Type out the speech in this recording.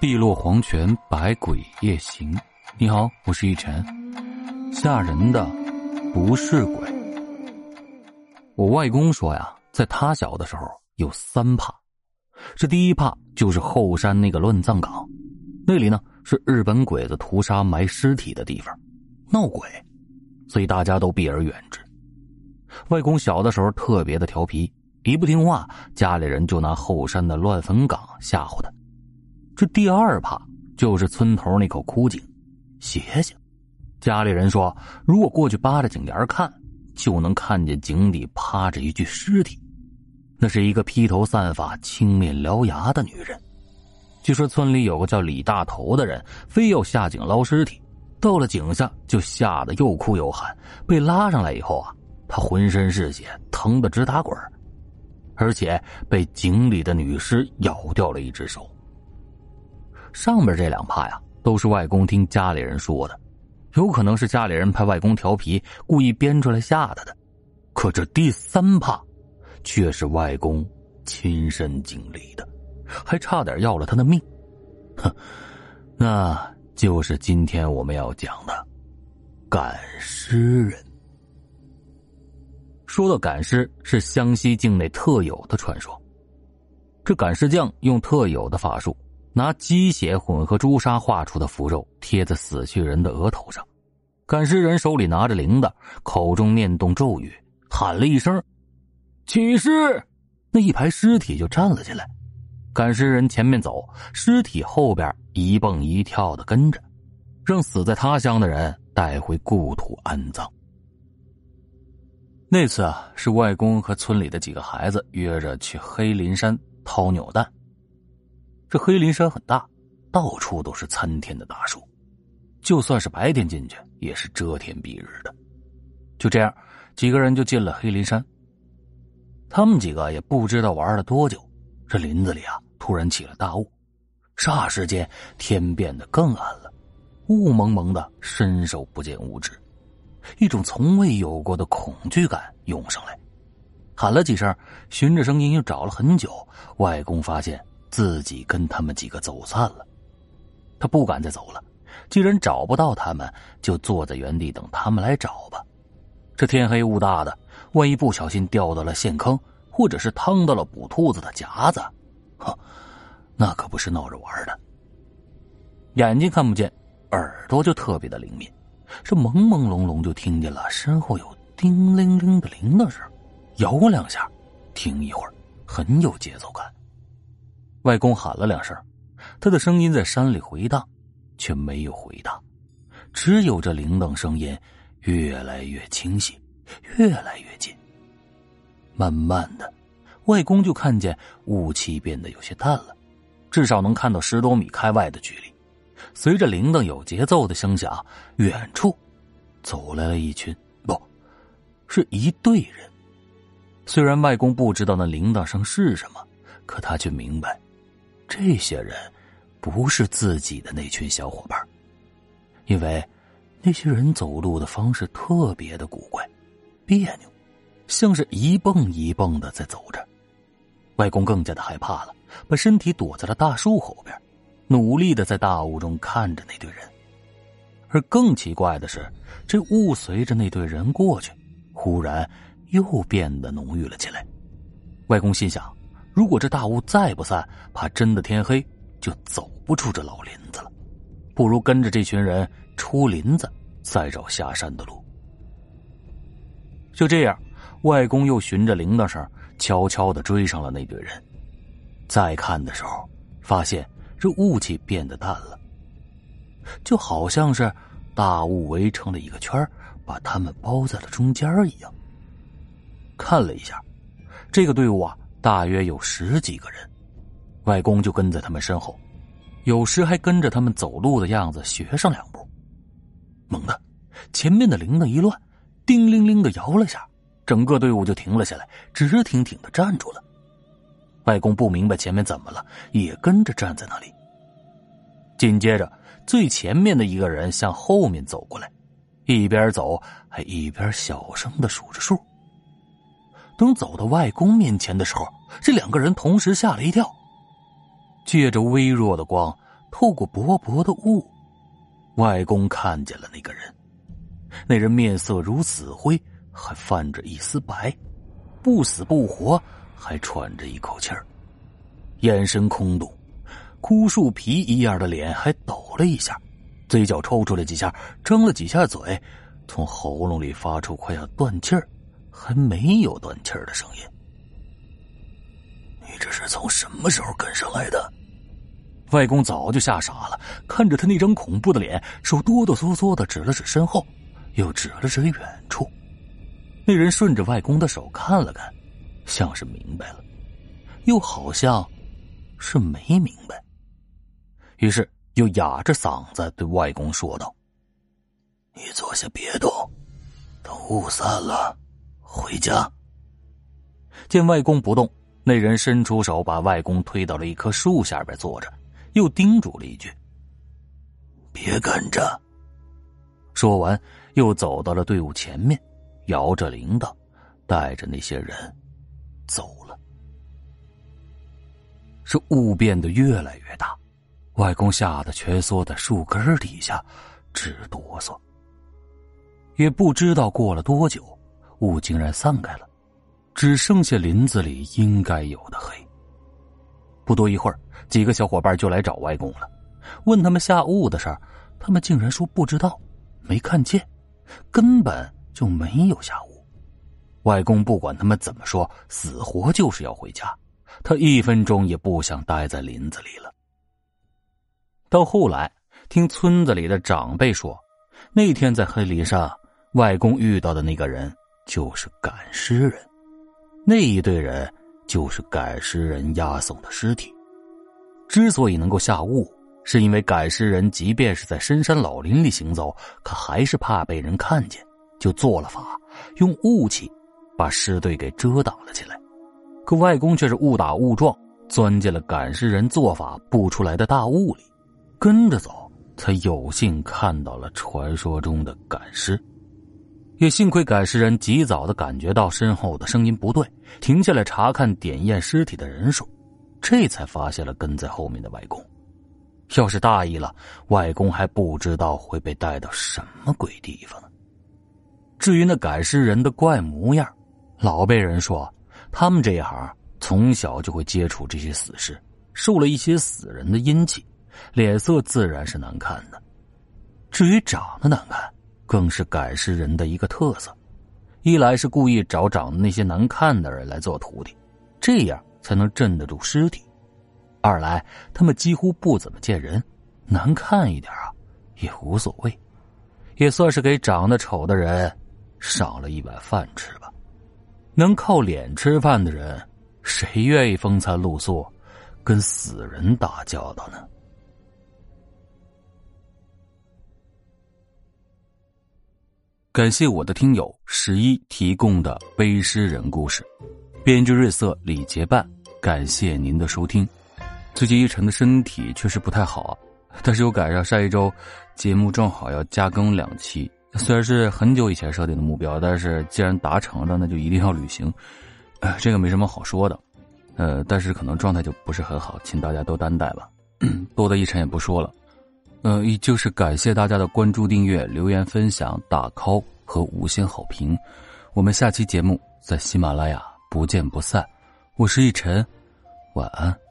碧落黄泉，百鬼夜行。你好，我是一晨。吓人的不是鬼。我外公说呀，在他小的时候有3怕。这第一怕就是后山那个乱葬岗，那里呢是日本鬼子屠杀埋尸体的地方，闹鬼，所以大家都避而远之。外公小的时候特别的调皮，一不听话，家里人就拿后山的乱坟岗吓唬他。这第二怕就是村头那口枯井，邪性。家里人说，如果过去扒着井沿看，就能看见井底趴着一具尸体，那是一个披头散发、青面獠牙的女人。据说村里有个叫李大头的人，非要下井捞尸体，到了井下就吓得又哭又喊，被拉上来以后啊，他浑身是血，疼得直打滚，而且被井里的女尸咬掉了一只手。上面这2怕呀，都是外公听家里人说的，有可能是家里人怕外公调皮，故意编出来吓他的。可这第3怕却是外公亲身经历的，还差点要了他的命。那就是今天我们要讲的赶尸人。说到赶尸，是湘西境内特有的传说。这赶尸匠用特有的法术，拿鸡血混合朱砂画出的符咒贴在死去人的额头上，赶尸人手里拿着铃铛，口中念动咒语，喊了一声起尸，那一排尸体就站了起来。赶尸人前面走，尸体后边一蹦一跳的跟着，让死在他乡的人带回故土安葬。那次啊，是外公和村里的几个孩子约着去黑林山掏扭蛋。这黑林山很大，到处都是参天的大树，就算是白天进去也是遮天蔽日的。就这样，几个人就进了黑林山。他们几个也不知道玩了多久，这林子里啊突然起了大雾，霎时间天变得更暗了，雾蒙蒙的，伸手不见五指，一种从未有过的恐惧感涌上来。喊了几声，循着声音又找了很久，外公发现自己跟他们几个走散了。他不敢再走了，既然找不到他们，就坐在原地等他们来找吧。这天黑雾大的，万一不小心掉到了陷坑，或者是趟到了捕兔子的夹子，那可不是闹着玩的。眼睛看不见，耳朵就特别的灵敏，这朦朦胧胧就听见了身后有叮铃铃的铃铛声，摇2下，听一会儿，很有节奏感。外公喊了2声，他的声音在山里回荡，却没有回答，只有这铃铛声音越来越清晰，越来越近。慢慢的，外公就看见雾气变得有些淡了，至少能看到10多米开外的距离。随着铃铛有节奏的声响，远处走来了一群，不，是一队人。虽然外公不知道那铃铛声是什么，可他却明白，这些人不是自己的那群小伙伴，因为那些人走路的方式特别的古怪，别扭，像是一蹦一蹦的在走着。外公更加的害怕了，把身体躲在了大树后边，努力的在大雾中看着那队人。而更奇怪的是，这雾随着那队人过去，忽然又变得浓郁了起来。外公心想，如果这大雾再不散，怕真的天黑就走不出这老林子了，不如跟着这群人出林子，再找下山的路。就这样，外公又循着铃铛声悄悄地追上了那队人。再看的时候，发现这雾气变得淡了，就好像是大雾围成了一个圈，把他们包在了中间一样。看了一下，这个队伍啊，大约有10几个人。外公就跟在他们身后，有时还跟着他们走路的样子学上2步。猛地，前面的铃铛一乱，叮铃铃的摇了下，整个队伍就停了下来，直挺挺的站住了。外公不明白前面怎么了，也跟着站在那里。紧接着，最前面的一个人向后面走过来，一边走还一边小声的数着数。等走到外公面前的时候，这2个人同时吓了一跳。借着微弱的光， 透过薄薄的雾，外公看见了那个人。那人面色如死灰，还泛着一丝白，不死不活，还喘着一口气儿，眼神空洞，枯树皮一样的脸还抖了一下，嘴角抽搐了几下，张了几下嘴，从喉咙里发出快要断气儿还没有断气儿的声音。你这是从什么时候跟上来的？外公早就吓傻了，看着他那张恐怖的脸，手哆哆嗦嗦的指了指身后，又指了指远处。那人顺着外公的手看了看，像是明白了，又好像是没明白，于是又哑着嗓子对外公说道：你坐下别动，等雾散了回家。见外公不动，那人伸出手把外公推到了一棵树下边坐着，又叮嘱了一句：别跟着。说完又走到了队伍前面，摇着铃铛，带着那些人走了。是雾变得越来越大，外公吓得蜷缩在树根底下直哆嗦。也不知道过了多久，雾竟然散开了，只剩下林子里应该有的黑。不多一会儿，几个小伙伴就来找外公了，问他们下雾的事儿，他们竟然说不知道，没看见，根本就没有下雾。外公不管他们怎么说，死活就是要回家，他1分钟也不想待在林子里了。到后来，听村子里的长辈说，那天在黑林上，外公遇到的那个人就是赶尸人，那一队人就是赶尸人押送的尸体。之所以能够下雾，是因为赶尸人即便是在深山老林里行走，可还是怕被人看见，就做了法，用雾气把尸队给遮挡了起来。可外公却是误打误撞钻进了赶尸人做法布出来的大雾里，跟着走，才有幸看到了传说中的赶尸。也幸亏赶尸人及早地感觉到身后的声音不对，停下来查看点验尸体的人数，这才发现了跟在后面的外公。要是大意了，外公还不知道会被带到什么鬼地方呢。至于那赶尸人的怪模样，老辈人说他们这一行从小就会接触这些死尸，受了一些死人的阴气，脸色自然是难看的。至于长得难看，更是赶尸人的一个特色，一来是故意找长得那些难看的人来做徒弟，这样才能镇得住尸体；二来他们几乎不怎么见人，难看一点也无所谓，也算是给长得丑的人赏了一碗饭吃吧。能靠脸吃饭的人，谁愿意风餐露宿跟死人打交道呢？感谢我的听友11提供的背尸人故事，编剧瑞色李结伴，感谢您的收听。最近一晨的身体确实不太好，但是又赶上上一周节目正好要加更2期，虽然是很久以前设定的目标，但是既然达成了，那就一定要履行。这个没什么好说的，但是可能状态就不是很好，请大家多担待吧。多的一晨也不说了。依旧是感谢大家的关注、订阅、留言、分享、打 call 和5星好评。我们下期节目在喜马拉雅不见不散。我是一晨，晚安。